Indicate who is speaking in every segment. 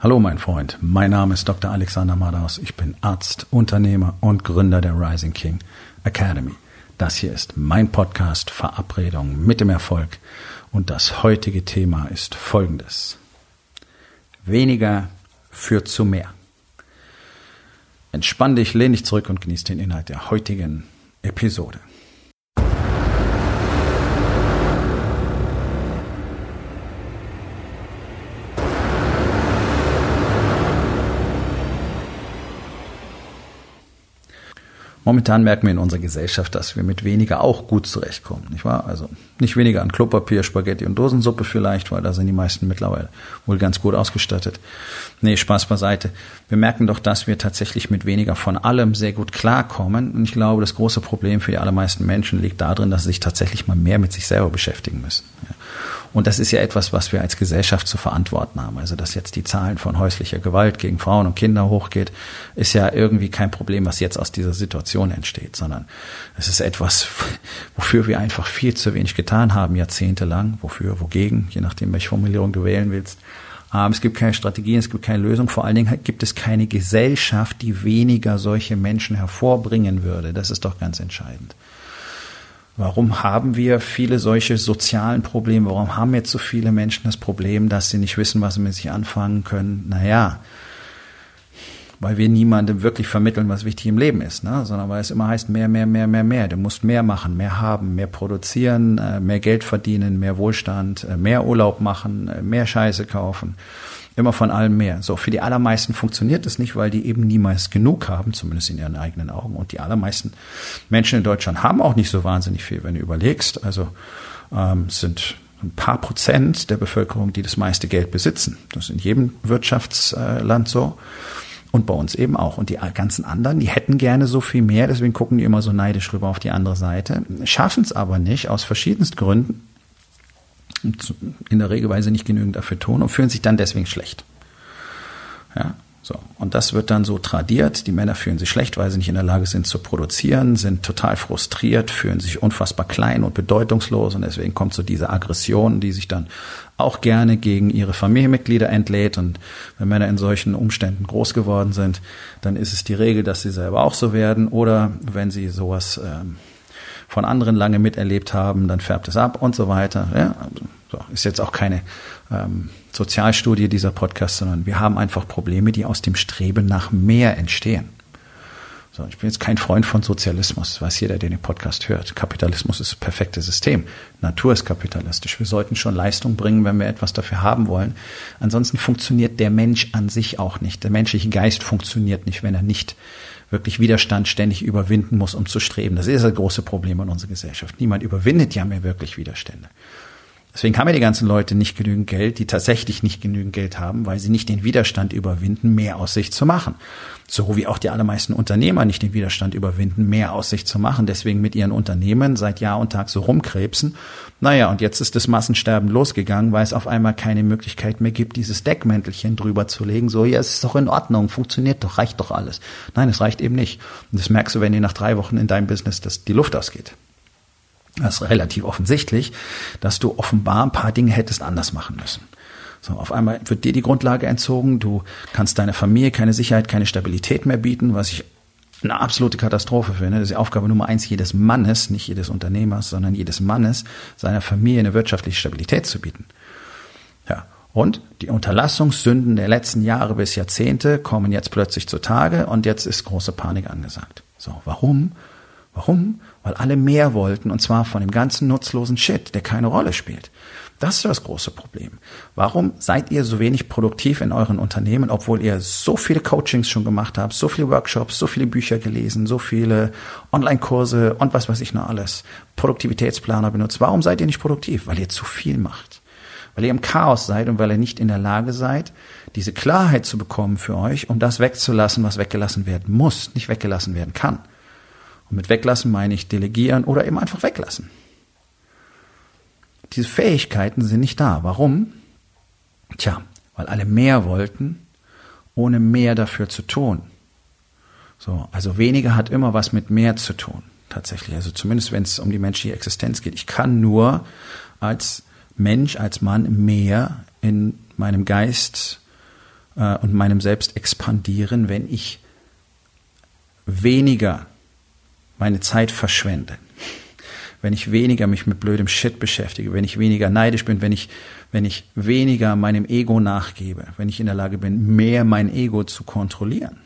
Speaker 1: Hallo mein Freund, mein Name ist Dr. Alexander Madaus. Ich bin Arzt, Unternehmer und Gründer der Rising King Academy. Das hier ist mein Podcast Verabredung mit dem Erfolg und das heutige Thema ist folgendes. Weniger führt zu mehr. Entspann dich, lehn dich zurück und genieß den Inhalt der heutigen Episode. Momentan merken wir in unserer Gesellschaft, dass wir mit weniger auch gut zurechtkommen, nicht wahr? Also nicht weniger an Klopapier, Spaghetti und Dosensuppe vielleicht, weil da sind die meisten mittlerweile wohl ganz gut ausgestattet. Nee, Spaß beiseite. Wir merken doch, dass wir tatsächlich mit weniger von allem sehr gut klarkommen. Und ich glaube, das große Problem für die allermeisten Menschen liegt darin, dass sie sich tatsächlich mal mehr mit sich selber beschäftigen müssen. Ja. Und das ist ja etwas, was wir als Gesellschaft zu verantworten haben. Also, dass jetzt die Zahlen von häuslicher Gewalt gegen Frauen und Kinder hochgeht, ist ja irgendwie kein Problem, was jetzt aus dieser Situation entsteht, sondern es ist etwas, wofür wir einfach viel zu wenig getan haben, jahrzehntelang. Wofür, wogegen, je nachdem, welche Formulierung du wählen willst. Es gibt keine Strategien, es gibt keine Lösung. Vor allen Dingen gibt es keine Gesellschaft, die weniger solche Menschen hervorbringen würde. Das ist doch ganz entscheidend. Warum haben wir viele solche sozialen Probleme? Warum haben jetzt so viele Menschen das Problem, dass sie nicht wissen, was sie mit sich anfangen können? Naja, weil wir niemandem wirklich vermitteln, was wichtig im Leben ist, ne? Sondern weil es immer heißt, mehr. Du musst mehr machen, mehr haben, mehr produzieren, mehr Geld verdienen, mehr Wohlstand, mehr Urlaub machen, mehr Scheiße kaufen. Immer von allem mehr. So, für die allermeisten funktioniert es nicht, weil die eben niemals genug haben, zumindest in ihren eigenen Augen. Und die allermeisten Menschen in Deutschland haben auch nicht so wahnsinnig viel, wenn du überlegst. Also es sind ein paar Prozent der Bevölkerung, die das meiste Geld besitzen. Das ist in jedem Wirtschaftsland so. Und bei uns eben auch. Und die ganzen anderen, die hätten gerne so viel mehr, deswegen gucken die immer so neidisch rüber auf die andere Seite, schaffen es aber nicht, aus verschiedensten Gründen. In der Regel, weil sie nicht genügend dafür tun und fühlen sich dann deswegen schlecht. Ja, so. Und das wird dann so tradiert. Die Männer fühlen sich schlecht, weil sie nicht in der Lage sind zu produzieren, sind total frustriert, fühlen sich unfassbar klein und bedeutungslos und deswegen kommt so diese Aggression, die sich dann auch gerne gegen ihre Familienmitglieder entlädt. Und wenn Männer in solchen Umständen groß geworden sind, dann ist es die Regel, dass sie selber auch so werden. Oder wenn sie sowas von anderen lange miterlebt haben, dann färbt es ab und so weiter. Ja, so, ist jetzt auch keine Sozialstudie dieser Podcast, sondern wir haben einfach Probleme, die aus dem Streben nach mehr entstehen. So, ich bin jetzt kein Freund von Sozialismus, weiß jeder, der den Podcast hört. Kapitalismus ist das perfekte System. Natur ist kapitalistisch. Wir sollten schon Leistung bringen, wenn wir etwas dafür haben wollen. Ansonsten funktioniert der Mensch an sich auch nicht. Der menschliche Geist funktioniert nicht, wenn er nicht wirklich Widerstand ständig überwinden muss, um zu streben. Das ist das große Problem in unserer Gesellschaft. Niemand überwindet ja mehr wirklich Widerstände. Deswegen haben ja die ganzen Leute nicht genügend Geld, die tatsächlich nicht genügend Geld haben, weil sie nicht den Widerstand überwinden, mehr aus sich zu machen. So wie auch die allermeisten Unternehmer nicht den Widerstand überwinden, mehr aus sich zu machen, deswegen mit ihren Unternehmen seit Jahr und Tag so rumkrebsen. Naja, und jetzt ist das Massensterben losgegangen, weil es auf einmal keine Möglichkeit mehr gibt, dieses Deckmäntelchen drüber zu legen. So, ja, es ist doch in Ordnung, funktioniert doch, reicht doch alles. Nein, es reicht eben nicht. Und das merkst du, wenn dir nach 3 Wochen in deinem Business die Luft ausgeht. Das ist relativ offensichtlich, dass du offenbar ein paar Dinge hättest anders machen müssen. So, auf einmal wird dir die Grundlage entzogen, du kannst deiner Familie keine Sicherheit, keine Stabilität mehr bieten, was ich eine absolute Katastrophe finde. Das ist die Aufgabe Nummer 1 jedes Mannes, nicht jedes Unternehmers, sondern jedes Mannes, seiner Familie eine wirtschaftliche Stabilität zu bieten. Ja, und die Unterlassungssünden der letzten Jahre bis Jahrzehnte kommen jetzt plötzlich zutage und jetzt ist große Panik angesagt. So, warum? Weil alle mehr wollten, und zwar von dem ganzen nutzlosen Shit, der keine Rolle spielt. Das ist das große Problem. Warum seid ihr so wenig produktiv in euren Unternehmen, obwohl ihr so viele Coachings schon gemacht habt, so viele Workshops, so viele Bücher gelesen, so viele Online-Kurse und was weiß ich noch alles, Produktivitätsplaner benutzt? Warum seid ihr nicht produktiv? Weil ihr zu viel macht. Weil ihr im Chaos seid und weil ihr nicht in der Lage seid, diese Klarheit zu bekommen für euch, um das wegzulassen, was weggelassen werden muss, nicht weggelassen werden kann. Und mit weglassen meine ich delegieren oder eben einfach weglassen. Diese Fähigkeiten sind nicht da. Warum? Tja, weil alle mehr wollten, ohne mehr dafür zu tun. So, also weniger hat immer was mit mehr zu tun, tatsächlich. Also zumindest, wenn es um die menschliche Existenz geht. Ich kann nur als Mensch, als Mann mehr in meinem Geist und meinem Selbst expandieren, wenn ich weniger meine Zeit verschwende, wenn ich weniger mich mit blödem Shit beschäftige, wenn ich weniger neidisch bin, wenn ich weniger meinem Ego nachgebe, wenn ich in der Lage bin, mehr mein Ego zu kontrollieren.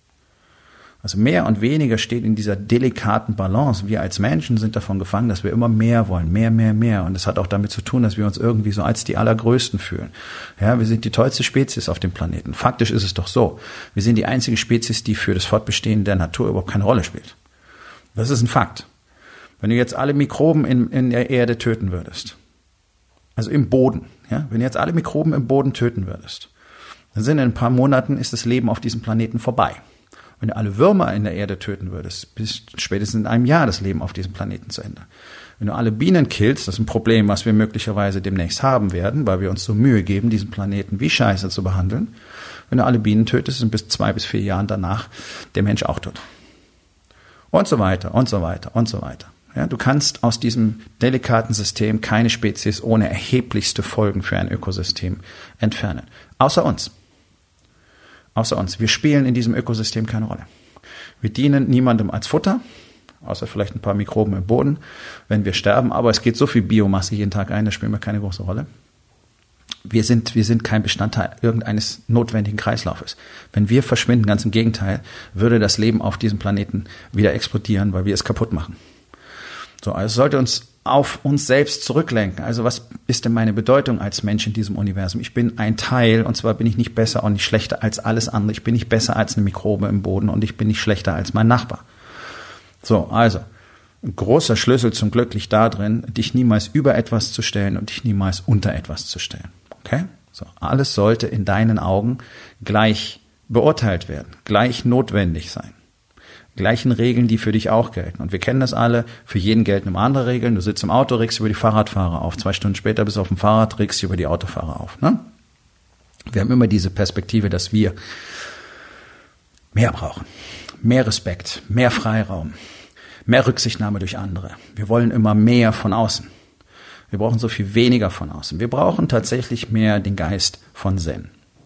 Speaker 1: Also mehr und weniger steht in dieser delikaten Balance. Wir als Menschen sind davon gefangen, dass wir immer mehr wollen, mehr, mehr, mehr. Und das hat auch damit zu tun, dass wir uns irgendwie so als die Allergrößten fühlen. Ja, wir sind die tollste Spezies auf dem Planeten. Faktisch ist es doch so. Wir sind die einzige Spezies, die für das Fortbestehen der Natur überhaupt keine Rolle spielt. Das ist ein Fakt. Wenn du jetzt alle Mikroben in der Erde töten würdest, also im Boden, ja, wenn du jetzt alle Mikroben im Boden töten würdest, dann sind in ein paar Monaten ist das Leben auf diesem Planeten vorbei. Wenn du alle Würmer in der Erde töten würdest, bis spätestens in einem Jahr das Leben auf diesem Planeten zu Ende. Wenn du alle Bienen killst, das ist ein Problem, was wir möglicherweise demnächst haben werden, weil wir uns so Mühe geben, diesen Planeten wie Scheiße zu behandeln. Wenn du alle Bienen tötest, sind bis 2 bis 4 Jahren danach der Mensch auch tot. Und so weiter und so weiter und so weiter. Ja, du kannst aus diesem delikaten System keine Spezies ohne erheblichste Folgen für ein Ökosystem entfernen. Außer uns. Außer uns. Wir spielen in diesem Ökosystem keine Rolle. Wir dienen niemandem als Futter, außer vielleicht ein paar Mikroben im Boden, wenn wir sterben. Aber es geht so viel Biomasse jeden Tag ein, das spielt mir keine große Rolle. Wir sind kein Bestandteil irgendeines notwendigen Kreislaufes. Wenn wir verschwinden, ganz im Gegenteil, würde das Leben auf diesem Planeten wieder explodieren, weil wir es kaputt machen. So, also sollte uns auf uns selbst zurücklenken. Also was ist denn meine Bedeutung als Mensch in diesem Universum? Ich bin ein Teil, und zwar bin ich nicht besser und nicht schlechter als alles andere. Ich bin nicht besser als eine Mikrobe im Boden und ich bin nicht schlechter als mein Nachbar. So, also ein großer Schlüssel zum Glück liegt darin, dich niemals über etwas zu stellen und dich niemals unter etwas zu stellen. Okay? So, alles sollte in deinen Augen gleich beurteilt werden, gleich notwendig sein. Gleichen Regeln, die für dich auch gelten. Und wir kennen das alle, für jeden gelten immer andere Regeln. Du sitzt im Auto, regst über die Fahrradfahrer auf. 2 Stunden später bist du auf dem Fahrrad, regst über die Autofahrer auf. Ne? Wir haben immer diese Perspektive, dass wir mehr brauchen. Mehr Respekt, mehr Freiraum, mehr Rücksichtnahme durch andere. Wir wollen immer mehr von außen. Wir brauchen so viel weniger von außen. Wir brauchen tatsächlich mehr den Geist von Zen.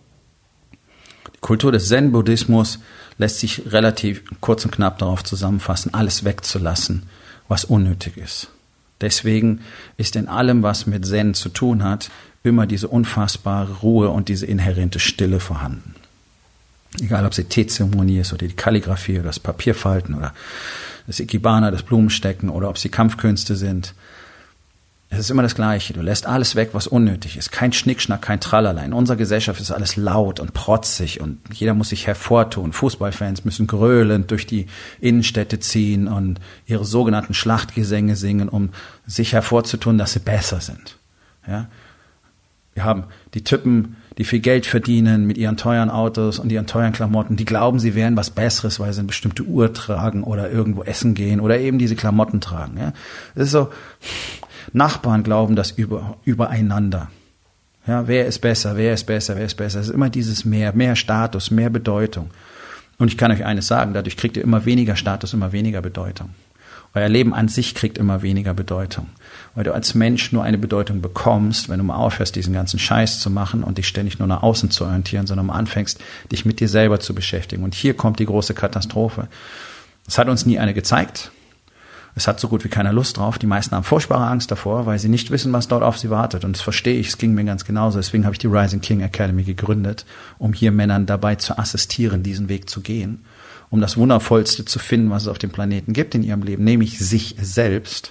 Speaker 1: Die Kultur des Zen-Buddhismus lässt sich relativ kurz und knapp darauf zusammenfassen, alles wegzulassen, was unnötig ist. Deswegen ist in allem, was mit Zen zu tun hat, immer diese unfassbare Ruhe und diese inhärente Stille vorhanden. Egal, ob sie Teezeremonie ist oder die Kalligrafie oder das Papierfalten oder das Ikebana, das Blumenstecken oder ob sie Kampfkünste sind. Es ist immer das Gleiche. Du lässt alles weg, was unnötig ist. Kein Schnickschnack, kein Tralala. In unserer Gesellschaft ist alles laut und protzig und jeder muss sich hervortun. Fußballfans müssen gröhlend durch die Innenstädte ziehen und ihre sogenannten Schlachtgesänge singen, um sich hervorzutun, dass sie besser sind. Ja? Wir haben die Typen, die viel Geld verdienen mit ihren teuren Autos und ihren teuren Klamotten. Die glauben, sie wären was Besseres, weil sie eine bestimmte Uhr tragen oder irgendwo essen gehen oder eben diese Klamotten tragen. Ja? Das ist so... Nachbarn glauben das übereinander. Ja, wer ist besser, wer ist besser, wer ist besser. Es ist immer dieses mehr Status, mehr Bedeutung. Und ich kann euch eines sagen, dadurch kriegt ihr immer weniger Status, immer weniger Bedeutung. Euer Leben an sich kriegt immer weniger Bedeutung. Weil du als Mensch nur eine Bedeutung bekommst, wenn du mal aufhörst, diesen ganzen Scheiß zu machen und dich ständig nur nach außen zu orientieren, sondern mal anfängst, dich mit dir selber zu beschäftigen. Und hier kommt die große Katastrophe. Das hat uns nie eine gezeigt. Es hat so gut wie keiner Lust drauf. Die meisten haben furchtbare Angst davor, weil sie nicht wissen, was dort auf sie wartet. Und das verstehe ich, es ging mir ganz genauso. Deswegen habe ich die Rising King Academy gegründet, um hier Männern dabei zu assistieren, diesen Weg zu gehen, um das Wundervollste zu finden, was es auf dem Planeten gibt in ihrem Leben, nämlich sich selbst.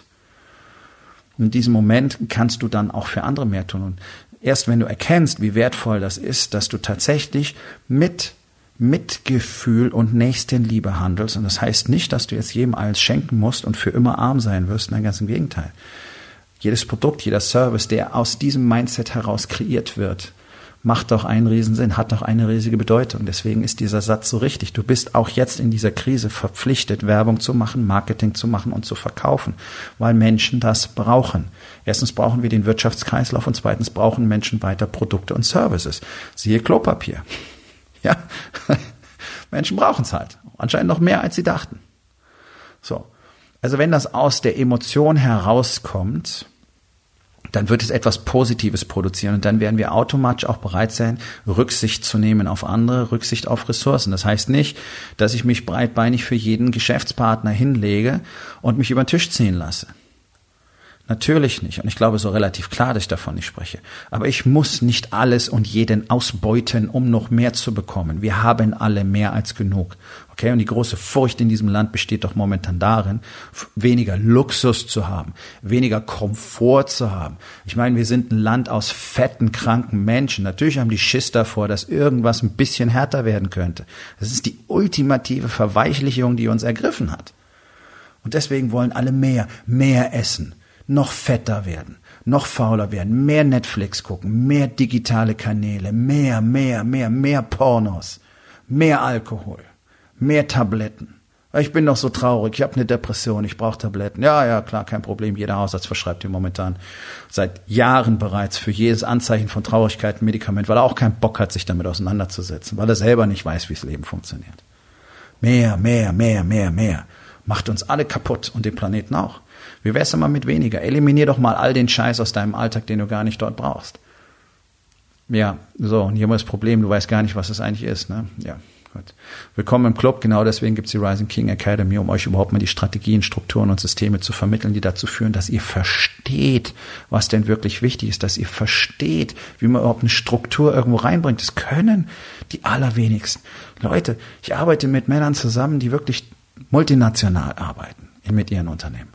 Speaker 1: In diesem Moment kannst du dann auch für andere mehr tun. Und erst wenn du erkennst, wie wertvoll das ist, dass du tatsächlich mit Mitgefühl und Nächstenliebe handelst. Und das heißt nicht, dass du jetzt jedem alles schenken musst und für immer arm sein wirst. Nein, ganz im Gegenteil. Jedes Produkt, jeder Service, der aus diesem Mindset heraus kreiert wird, macht doch einen Riesensinn, hat doch eine riesige Bedeutung. Deswegen ist dieser Satz so richtig. Du bist auch jetzt in dieser Krise verpflichtet, Werbung zu machen, Marketing zu machen und zu verkaufen, weil Menschen das brauchen. Erstens brauchen wir den Wirtschaftskreislauf und zweitens brauchen Menschen weiter Produkte und Services. Siehe Klopapier. Ja, Menschen brauchen es halt. Anscheinend noch mehr, als sie dachten. So. Also wenn das aus der Emotion herauskommt, dann wird es etwas Positives produzieren und dann werden wir automatisch auch bereit sein, Rücksicht zu nehmen auf andere, Rücksicht auf Ressourcen. Das heißt nicht, dass ich mich breitbeinig für jeden Geschäftspartner hinlege und mich über den Tisch ziehen lasse. Natürlich nicht. Und ich glaube, so relativ klar, dass ich davon nicht spreche. Aber ich muss nicht alles und jeden ausbeuten, um noch mehr zu bekommen. Wir haben alle mehr als genug. Okay? Und die große Furcht in diesem Land besteht doch momentan darin, weniger Luxus zu haben, weniger Komfort zu haben. Ich meine, wir sind ein Land aus fetten, kranken Menschen. Natürlich haben die Schiss davor, dass irgendwas ein bisschen härter werden könnte. Das ist die ultimative Verweichlichung, die uns ergriffen hat. Und deswegen wollen alle mehr essen. Noch fetter werden, noch fauler werden, mehr Netflix gucken, mehr digitale Kanäle, mehr Pornos, mehr Alkohol, mehr Tabletten. Ich bin doch so traurig, ich habe eine Depression, ich brauche Tabletten. Ja, klar, kein Problem, jeder Hausarzt verschreibt dir momentan seit Jahren bereits für jedes Anzeichen von Traurigkeit ein Medikament, weil er auch keinen Bock hat, sich damit auseinanderzusetzen, weil er selber nicht weiß, wie das Leben funktioniert. Mehr. Macht uns alle kaputt und den Planeten auch. Wie wär's denn mal mit weniger? Eliminier doch mal all den Scheiß aus deinem Alltag, den du gar nicht dort brauchst. Ja, so, und hier haben wir das Problem, du weißt gar nicht, was das eigentlich ist, ne? Ja, gut. Willkommen im Club, genau deswegen gibt's die Rising King Academy, um euch überhaupt mal die Strategien, Strukturen und Systeme zu vermitteln, die dazu führen, dass ihr versteht, was denn wirklich wichtig ist, dass ihr versteht, wie man überhaupt eine Struktur irgendwo reinbringt. Das können die allerwenigsten. Leute, ich arbeite mit Männern zusammen, die wirklich multinational arbeiten mit ihren Unternehmen.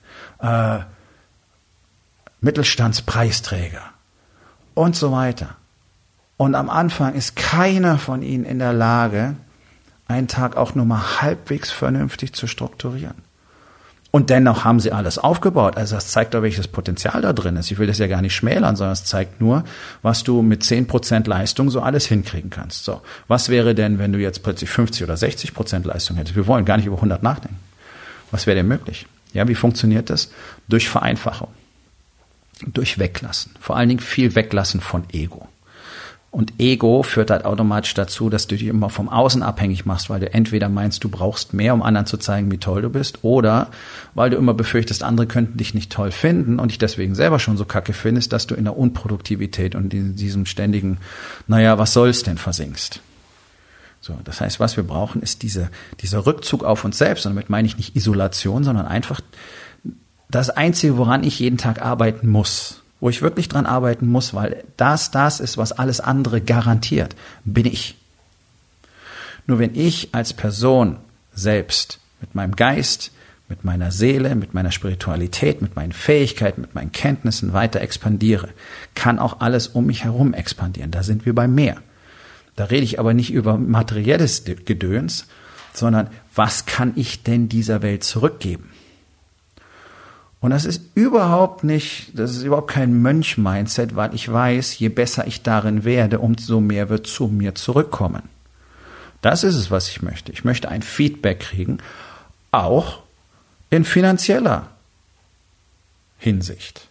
Speaker 1: Mittelstandspreisträger und so weiter. Und am Anfang ist keiner von ihnen in der Lage, einen Tag auch nur mal halbwegs vernünftig zu strukturieren. Und dennoch haben sie alles aufgebaut. Also das zeigt doch, welches Potenzial da drin ist. Ich will das ja gar nicht schmälern, sondern es zeigt nur, was du mit 10% Leistung so alles hinkriegen kannst. So, was wäre denn, wenn du jetzt plötzlich 50 oder 60% Leistung hättest? Wir wollen gar nicht über 100 nachdenken. Was wäre denn möglich? Ja, wie funktioniert das? Durch Vereinfachung, durch Weglassen, vor allen Dingen viel Weglassen von Ego. Und Ego führt halt automatisch dazu, dass du dich immer vom Außen abhängig machst, weil du entweder meinst, du brauchst mehr, um anderen zu zeigen, wie toll du bist, oder weil du immer befürchtest, andere könnten dich nicht toll finden und dich deswegen selber schon so kacke findest, dass du in der Unproduktivität und in diesem ständigen, was soll's denn, versinkst. So, das heißt, was wir brauchen, ist dieser Rückzug auf uns selbst. Und damit meine ich nicht Isolation, sondern einfach das Einzige, woran ich jeden Tag arbeiten muss, wo ich wirklich dran arbeiten muss, weil das ist, was alles andere garantiert, bin ich. Nur wenn ich als Person selbst mit meinem Geist, mit meiner Seele, mit meiner Spiritualität, mit meinen Fähigkeiten, mit meinen Kenntnissen weiter expandiere, kann auch alles um mich herum expandieren. Da sind wir bei mehr. Da rede ich aber nicht über materielles Gedöns, sondern was kann ich denn dieser Welt zurückgeben? Und das ist überhaupt kein Mönch-Mindset, weil ich weiß, je besser ich darin werde, umso mehr wird zu mir zurückkommen. Das ist es, was ich möchte. Ich möchte ein Feedback kriegen, auch in finanzieller Hinsicht.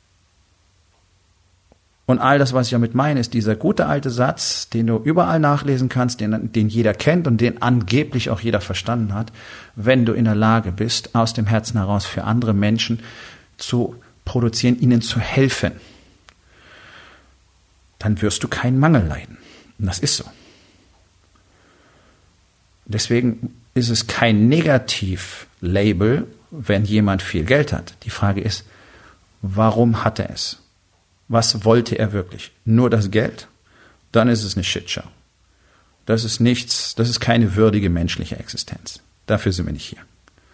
Speaker 1: Und all das, was ich damit meine, ist dieser gute alte Satz, den du überall nachlesen kannst, den jeder kennt und den angeblich auch jeder verstanden hat. Wenn du in der Lage bist, aus dem Herzen heraus für andere Menschen zu produzieren, ihnen zu helfen, dann wirst du keinen Mangel leiden. Und das ist so. Deswegen ist es kein Negativ-Label, wenn jemand viel Geld hat. Die Frage ist, warum hat er es? Was wollte er wirklich? Nur das Geld? Dann ist es eine Shitshow. Das ist nichts, das ist keine würdige menschliche Existenz. Dafür sind wir nicht hier.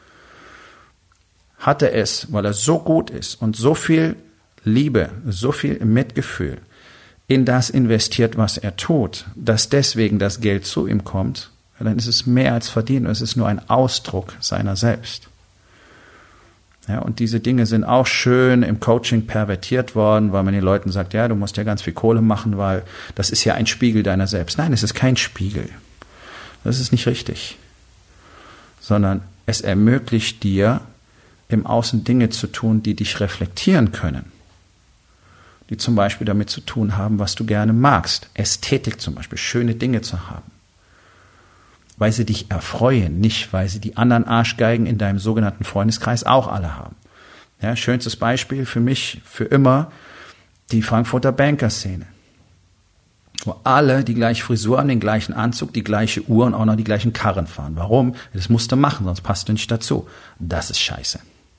Speaker 1: Hat er es, weil er so gut ist und so viel Liebe, so viel Mitgefühl in das investiert, was er tut, dass deswegen das Geld zu ihm kommt, dann ist es mehr als verdient und es ist nur ein Ausdruck seiner selbst. Ja, und diese Dinge sind auch schön im Coaching pervertiert worden, weil man den Leuten sagt, ja, du musst ja ganz viel Kohle machen, weil das ist ja ein Spiegel deiner selbst. Nein, es ist kein Spiegel. Das ist nicht richtig. Sondern es ermöglicht dir, im Außen Dinge zu tun, die dich reflektieren können. Die zum Beispiel damit zu tun haben, was du gerne magst. Ästhetik zum Beispiel, schöne Dinge zu haben. Weil sie dich erfreuen, nicht weil sie die anderen Arschgeigen in deinem sogenannten Freundeskreis auch alle haben. Ja, schönstes Beispiel für mich, für immer, die Frankfurter Bankerszene, wo alle die gleiche Frisur haben, den gleichen Anzug, die gleiche Uhr und auch noch die gleichen Karren fahren. Warum? Das musst du machen, sonst passt du nicht dazu. Das ist scheiße.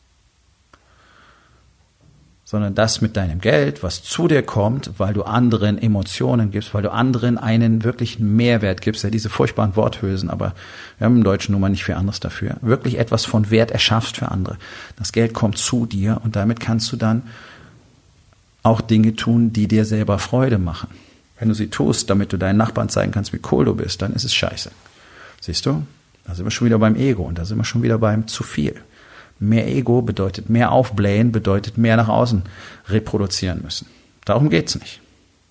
Speaker 1: Sondern das mit deinem Geld, was zu dir kommt, weil du anderen Emotionen gibst, weil du anderen einen wirklichen Mehrwert gibst, ja diese furchtbaren Worthülsen, aber wir haben im Deutschen nun mal nicht viel anderes dafür, wirklich etwas von Wert erschaffst für andere. Das Geld kommt zu dir und damit kannst du dann auch Dinge tun, die dir selber Freude machen. Wenn du sie tust, damit du deinen Nachbarn zeigen kannst, wie cool du bist, dann ist es scheiße. Siehst du? Da sind wir schon wieder beim Ego und da sind wir schon wieder beim zu viel. Mehr Ego bedeutet mehr aufblähen, bedeutet mehr nach außen reproduzieren müssen. Darum geht's nicht.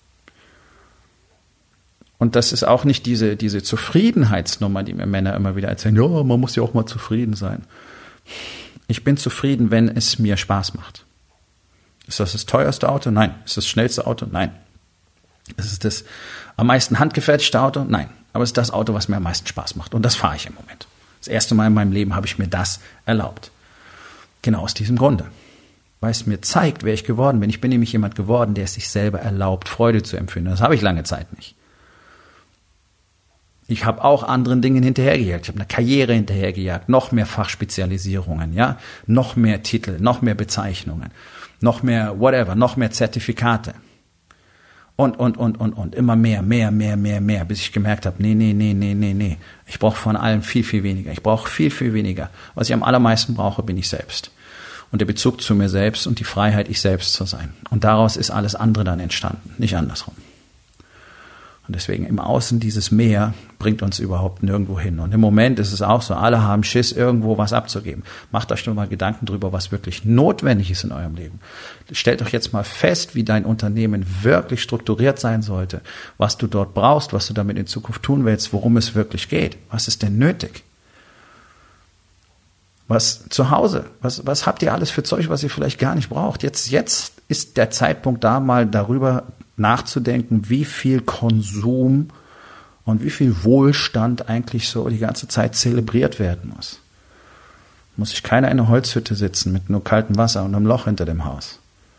Speaker 1: Und das ist auch nicht diese Zufriedenheitsnummer, die mir Männer immer wieder erzählen, ja, man muss ja auch mal zufrieden sein. Ich bin zufrieden, wenn es mir Spaß macht. Ist das teuerste Auto? Nein. Ist das schnellste Auto? Nein. Ist es das am meisten handgefertigte Auto? Nein. Aber es ist das Auto, was mir am meisten Spaß macht. Und das fahre ich im Moment. Das erste Mal in meinem Leben habe ich mir das erlaubt. Genau aus diesem Grunde. Weil es mir zeigt, wer ich geworden bin. Ich bin nämlich jemand geworden, der es sich selber erlaubt, Freude zu empfinden. Das habe ich lange Zeit nicht. Ich habe auch anderen Dingen hinterhergejagt. Ich habe eine Karriere hinterhergejagt, noch mehr Fachspezialisierungen, ja, noch mehr Titel, noch mehr Bezeichnungen, noch mehr whatever, noch mehr Zertifikate. Und. Immer mehr, bis ich gemerkt habe, nee. Ich brauche von allem viel, viel weniger. Ich brauche viel, viel weniger. Was ich am allermeisten brauche, bin ich selbst. Und der Bezug zu mir selbst und die Freiheit, ich selbst zu sein. Und daraus ist alles andere dann entstanden, nicht andersrum. Und deswegen im Außen dieses Mehr bringt uns überhaupt nirgendwo hin. Und im Moment ist es auch so, alle haben Schiss, irgendwo was abzugeben. Macht euch doch mal Gedanken drüber, was wirklich notwendig ist in eurem Leben. Stellt euch jetzt mal fest, wie dein Unternehmen wirklich strukturiert sein sollte, was du dort brauchst, was du damit in Zukunft tun willst, worum es wirklich geht. Was ist denn nötig? Was zu Hause? Was habt ihr alles für Zeug, was ihr vielleicht gar nicht braucht? Jetzt ist der Zeitpunkt da, mal darüber nachzudenken, wie viel Konsum und wie viel Wohlstand eigentlich so die ganze Zeit zelebriert werden muss. Muss sich keiner in einer Holzhütte sitzen mit nur kaltem Wasser und einem Loch hinter dem Haus.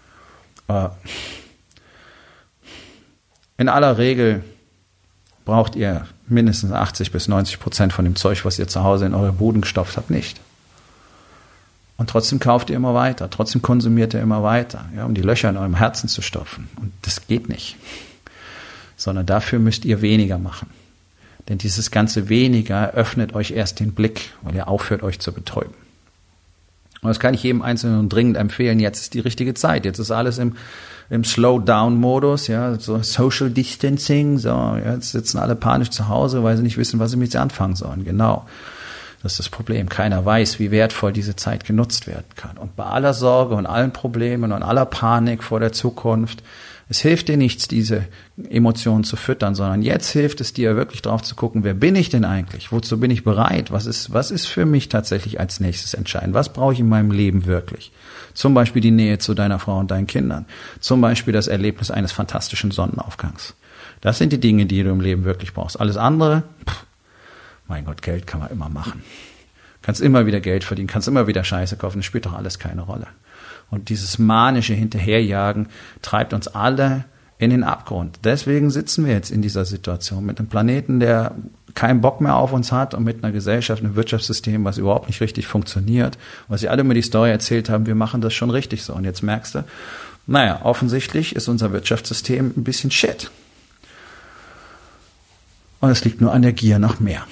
Speaker 1: In aller Regel braucht ihr mindestens 80-90% von dem Zeug, was ihr zu Hause in eure Buden gestopft habt, nicht. Und trotzdem kauft ihr immer weiter, trotzdem konsumiert ihr immer weiter, ja, um die Löcher in eurem Herzen zu stopfen. Und das geht nicht. Sondern dafür müsst ihr weniger machen. Denn dieses ganze Weniger öffnet euch erst den Blick, weil ihr aufhört, euch zu betäuben. Und das kann ich jedem Einzelnen und dringend empfehlen. Jetzt ist die richtige Zeit. Jetzt ist alles im Slow-Down-Modus, ja, so Social Distancing. So, ja, jetzt sitzen alle panisch zu Hause, weil sie nicht wissen, was sie mit sich anfangen sollen. Genau. Das ist das Problem. Keiner weiß, wie wertvoll diese Zeit genutzt werden kann. Und bei aller Sorge und allen Problemen und aller Panik vor der Zukunft, es hilft dir nichts, diese Emotionen zu füttern, sondern jetzt hilft es dir wirklich drauf zu gucken, wer bin ich denn eigentlich? Wozu bin ich bereit? Was ist für mich tatsächlich als nächstes entscheidend? Was brauche ich in meinem Leben wirklich? Zum Beispiel die Nähe zu deiner Frau und deinen Kindern. Zum Beispiel das Erlebnis eines fantastischen Sonnenaufgangs. Das sind die Dinge, die du im Leben wirklich brauchst. Alles andere, mein Gott, Geld kann man immer machen. Kannst immer wieder Geld verdienen, kannst immer wieder Scheiße kaufen, das spielt doch alles keine Rolle. Und dieses manische Hinterherjagen treibt uns alle in den Abgrund. Deswegen sitzen wir jetzt in dieser Situation mit einem Planeten, der keinen Bock mehr auf uns hat und mit einer Gesellschaft, einem Wirtschaftssystem, was überhaupt nicht richtig funktioniert. Was sie alle immer die Story erzählt haben, wir machen das schon richtig so. Und jetzt merkst du, naja, offensichtlich ist unser Wirtschaftssystem ein bisschen shit. Und es liegt nur an der Gier nach mehr.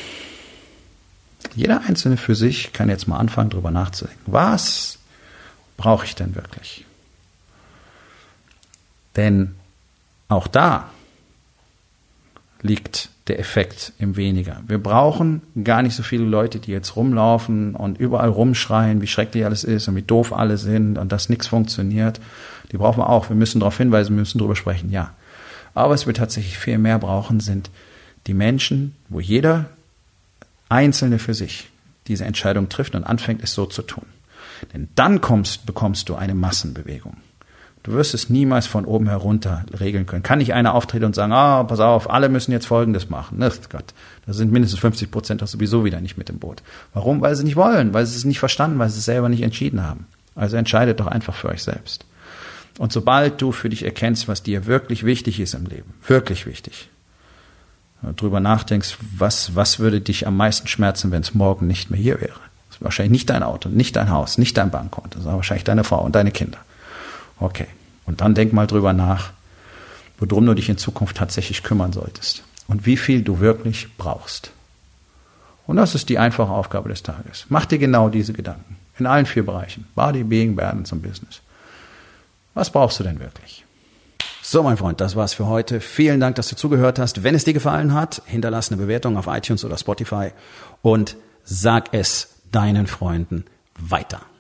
Speaker 1: Jeder Einzelne für sich kann jetzt mal anfangen, darüber nachzudenken. Was brauche ich denn wirklich? Denn auch da liegt der Effekt im Weniger. Wir brauchen gar nicht so viele Leute, die jetzt rumlaufen und überall rumschreien, wie schrecklich alles ist und wie doof alle sind und dass nichts funktioniert. Die brauchen wir auch. Wir müssen darauf hinweisen, wir müssen darüber sprechen, ja. Aber was wir tatsächlich viel mehr brauchen, sind die Menschen, wo jeder Einzelne für sich diese Entscheidung trifft und anfängt, es so zu tun. Denn dann bekommst du eine Massenbewegung. Du wirst es niemals von oben herunter regeln können. Kann nicht einer auftreten und sagen, pass auf, alle müssen jetzt Folgendes machen. Gott, da sind mindestens 50% doch sowieso wieder nicht mit im Boot. Warum? Weil sie nicht wollen, weil sie es nicht verstanden, weil sie es selber nicht entschieden haben. Also entscheidet doch einfach für euch selbst. Und sobald du für dich erkennst, was dir wirklich wichtig ist im Leben, wirklich wichtig, drüber nachdenkst, was würde dich am meisten schmerzen, wenn es morgen nicht mehr hier wäre. Das ist wahrscheinlich nicht dein Auto, nicht dein Haus, nicht dein Bankkonto, sondern wahrscheinlich deine Frau und deine Kinder. Okay. Und dann denk mal drüber nach, worum du dich in Zukunft tatsächlich kümmern solltest und wie viel du wirklich brauchst. Und das ist die einfache Aufgabe des Tages. Mach dir genau diese Gedanken. In allen 4 Bereichen. Body, Being, Balance und Business. Was brauchst du denn wirklich? So, mein Freund, das war's für heute. Vielen Dank, dass du zugehört hast. Wenn es dir gefallen hat, hinterlass eine Bewertung auf iTunes oder Spotify und sag es deinen Freunden weiter.